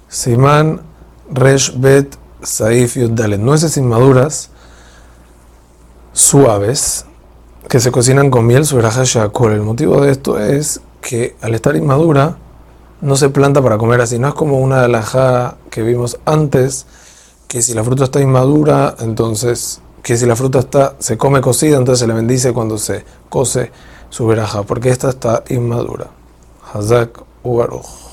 Simán Resh Bet Saif Yud Dalet. Nueces inmaduras suaves que se cocinan con miel sobre Shakol. El motivo de esto es que al estar inmadura no se planta para comer así. No es como una halajá que vimos antes, que si la fruta está inmadura, entonces, que si la fruta se come cocida, entonces se le bendice cuando se cose su verajá, porque esta está inmadura. Hazak u Baruj.